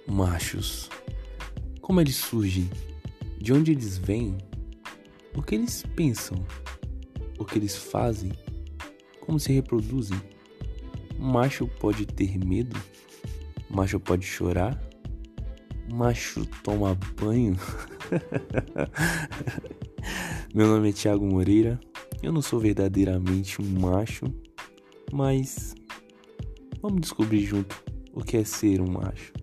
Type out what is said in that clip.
Machos. Como eles surgem? De onde eles vêm? O que eles pensam? O que eles fazem? Como se reproduzem? Macho pode ter medo? Macho pode chorar? Macho toma banho? Meu nome é Thiago Moreira. Eu não sou verdadeiramente um macho, mas vamos descobrir junto o que é ser um macho.